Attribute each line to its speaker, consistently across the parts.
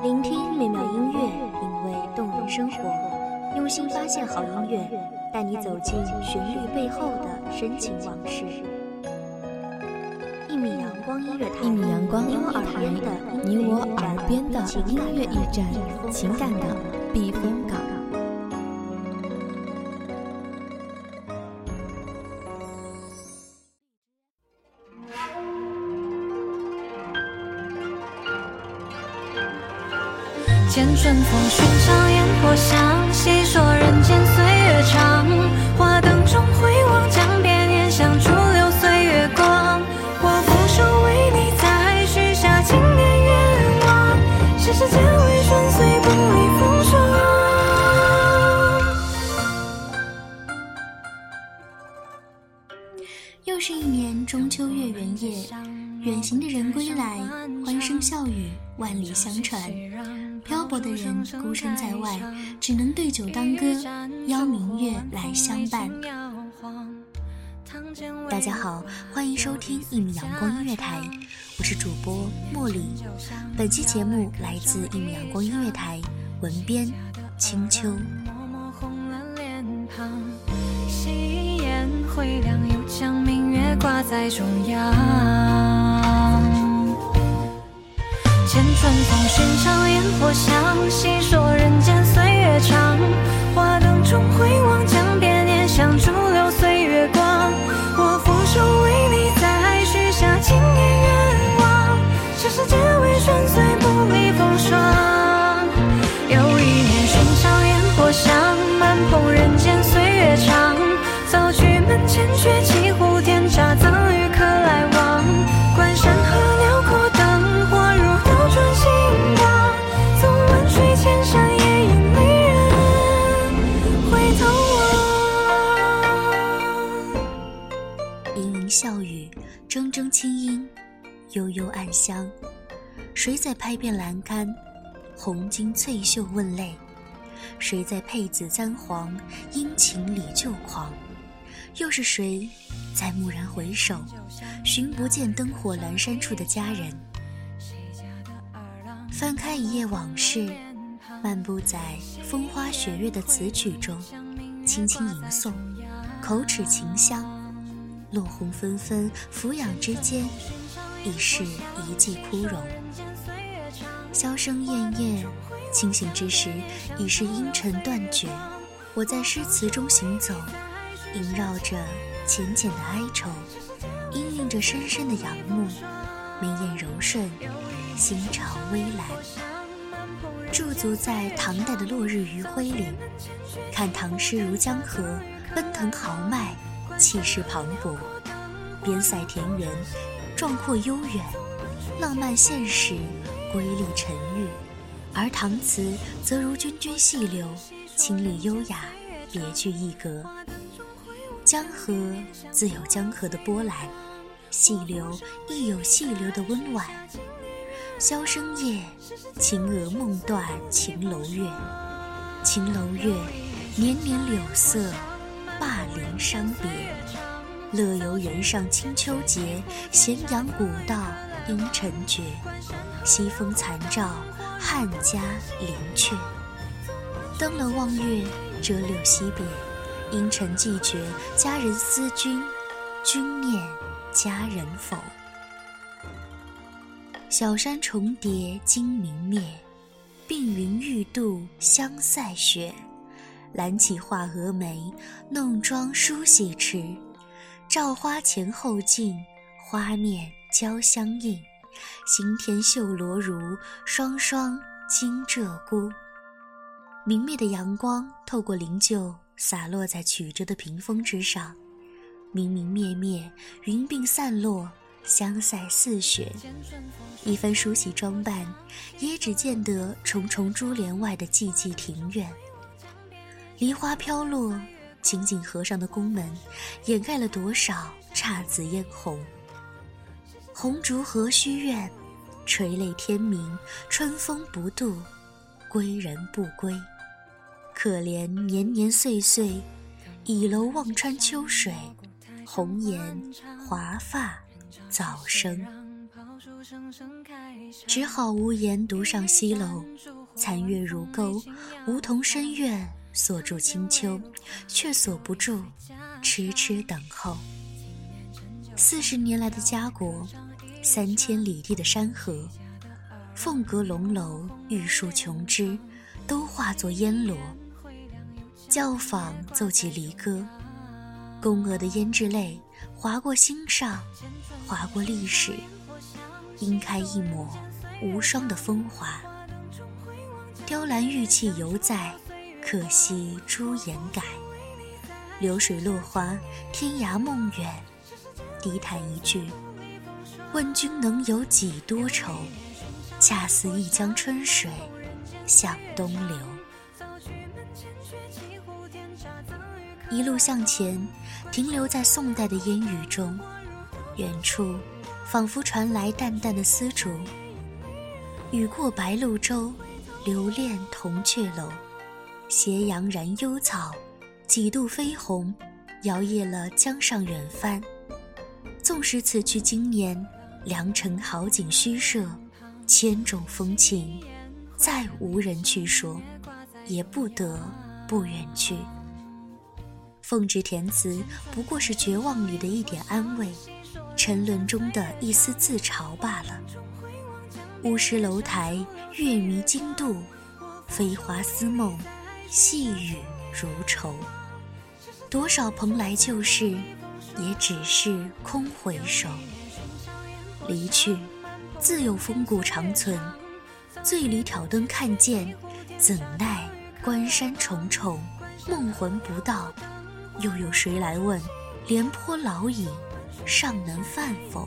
Speaker 1: 聆听美妙音乐，品味动人生活，用心发现好音乐，带你走进旋律背后的深情往事。一米阳光音乐台，你我耳边的音乐驿站，情感的避风港。
Speaker 2: 见春风寻常烟火香，细说人间岁月长。花灯中回望，将别念想，逐流岁月光。我俯首为你再许下经年愿望，使世间为顺遂，不离风霜。
Speaker 1: 又是一年中秋月圆夜，远行的人归来，欢声笑语，万里相传。漂泊的人孤身在外，只能对酒当歌，邀明月来相伴。大家好，欢迎收听一米阳光音乐台，我是主播茉莉。本期节目来自一米阳光音乐台，文编清秋。
Speaker 2: 夕颜回亮，又将明月挂在中央。见春风寻常烟火香，细说人间岁月长。花灯中回望，将别念想，逐流岁月光。我俯首为你再许下经年愿望，使世间为顺遂，不离风霜。又一年寻常烟火香，满捧人间岁月长。早居门前，却几壶添茶，赠与客来往。关山河辽阔，灯火如刀转星光。纵万水千山，也因离人回头望。
Speaker 1: 盈盈笑语，铮铮清音，悠悠暗香。谁在拍遍栏杆，红巾翠袖问泪？谁在佩子簪黄，殷勤里旧狂？又是谁在蓦然回首，寻不见灯火阑珊处的家人？翻开一页往事，漫步在风花雪月的词曲中，轻轻吟诵，口齿清香。落红纷纷，俯仰之间，已是一季枯荣。箫声咽咽，清醒之时，已是阴沉断绝。我在诗词中行走，萦绕着浅浅的哀愁，氤氲着深深的仰慕，眉眼柔顺，心潮微澜。驻足在唐代的落日余晖里，看唐诗如江河，奔腾豪迈，气势磅礴，边塞田园，壮阔悠远，浪漫现实，瑰丽沉郁。而唐词则如涓涓细流，清丽优雅，别具一格。江河自有江河的波澜，细流亦有细流的温婉。箫声夜，秦娥梦断秦楼月。秦楼月，年年柳色，灞陵伤别。乐游原上清秋节，咸阳古道阴沉绝。西风残照，汉家陵阙。登楼望月，折柳惜别。阴沉寂绝，佳人思君，君念佳人否？小山重叠今明灭，鬓云欲度香塞雪。揽起画蛾眉，弄妆梳洗迟。照花前后镜，花面交相映。新添绣罗襦，双双惊鹧鸪。明媚的阳光透过灵柩，洒落在曲折的屏风之上，明明灭灭，云鬓散落，香塞似雪。一番梳洗装扮，也只见得重重珠帘外的寂寂庭院。梨花飘落，紧紧合上的宫门，掩盖了多少姹紫嫣红。红烛何须怨，垂泪天明，春风不度，归人不归。可怜年年岁岁，倚楼望穿秋水。红颜华发早生。 只好无言独上西楼，残月如钩，梧桐深院，锁住清秋，却锁不住痴痴等候。40年来的家国，3000里地的山河，凤阁龙楼，玉树琼枝，都化作烟罗。教坊奏起离歌，宫娥的胭脂泪划过心上，划过历史，晕开一抹无双的风华。雕栏玉砌犹在，可惜朱颜改。流水落花，天涯梦远，低叹一句，问君能有几多愁，恰似一江春水向东流。一路向前，停留在宋代的烟雨中，远处仿佛传来淡淡的丝竹。雨过白鹭洲，留恋铜雀楼。斜阳燃幽草，几度飞鸿，摇曳了江上远帆。纵使此去经年，良辰好景虚设，千种风情再无人去说，也不得不远去。奉旨填词不过是绝望里的一点安慰，沉沦中的一丝自嘲罢了。乌石楼台，月迷津渡，飞花似梦，细雨如愁。多少蓬莱旧事，也只是空回首。离去，自有风骨长存。醉里挑灯看见，怎奈关山重重，梦魂不到。又有谁来问，廉颇老矣，尚能饭否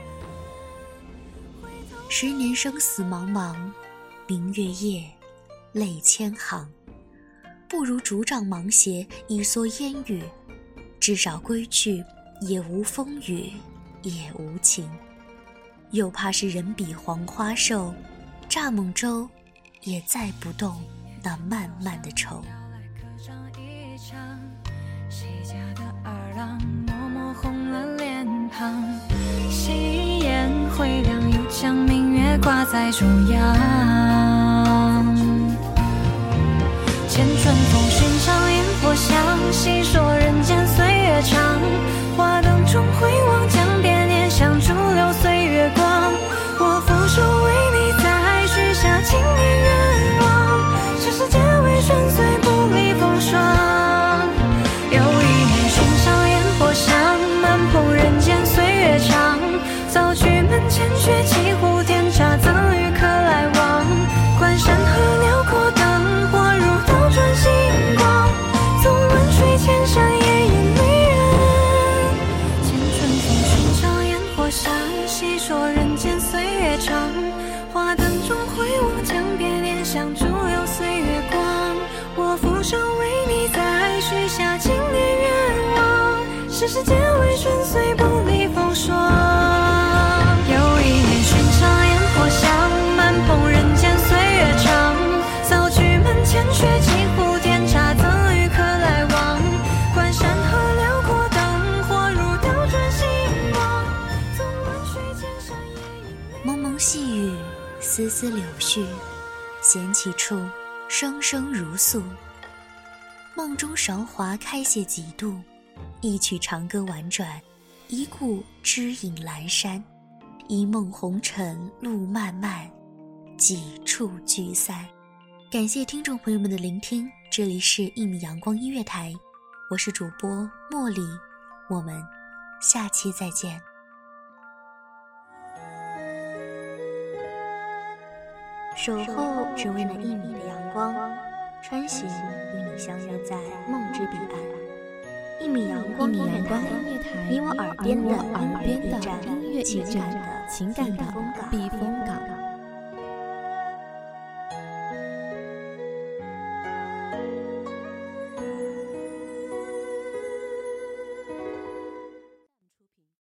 Speaker 1: ？10年生死茫茫，明月夜，泪千行。不如竹杖芒鞋，一蓑烟雨。至少归去，也无风雨，也无晴。又怕是人比黄花瘦，蚱蜢舟也载不动那漫漫的愁。
Speaker 2: 西家的二郎默默红了脸庞，夕颜回亮，又将明月挂在中央。见春风寻常烟火香，细说人间岁月长。花灯中回望，将别念想，逐流岁月光。我俯首为你再许下千年愿望，这世界为顺遂，不离风霜。又一年寻常烟火香，满捧人间岁月长。早去门前雪，几壶添茶，赠与客来往。关山河辽阔，灯火如倒转星光。纵乱水千山，夜饮离人。见春风寻常烟火香，细说人间岁月长。花灯中回望，将别念想，逐流岁月光。我俯首为你再许下千年愿望，是世间为顺遂，不离风霜。又一年寻常烟火香，满捧人间岁月长。早去门前雪，几壶添茶，赠与客来往。关山河辽阔，灯火如倒转星光。纵乱水千山，夜饮
Speaker 1: 蒙蒙细雨，丝丝柳絮，闲起处，声声如诉。梦中韶华开谢几度，一曲长歌婉转，一顾知影阑珊。一梦红尘路漫漫，几处聚散。感谢听众朋友们的聆听，这里是1米阳光音乐台，我是主播茉莉，我们下期再见。守候只为那1米的阳光，穿行与你相约在梦之彼岸。1米阳光音乐台，你我耳边的音乐驿站，情感的避风港。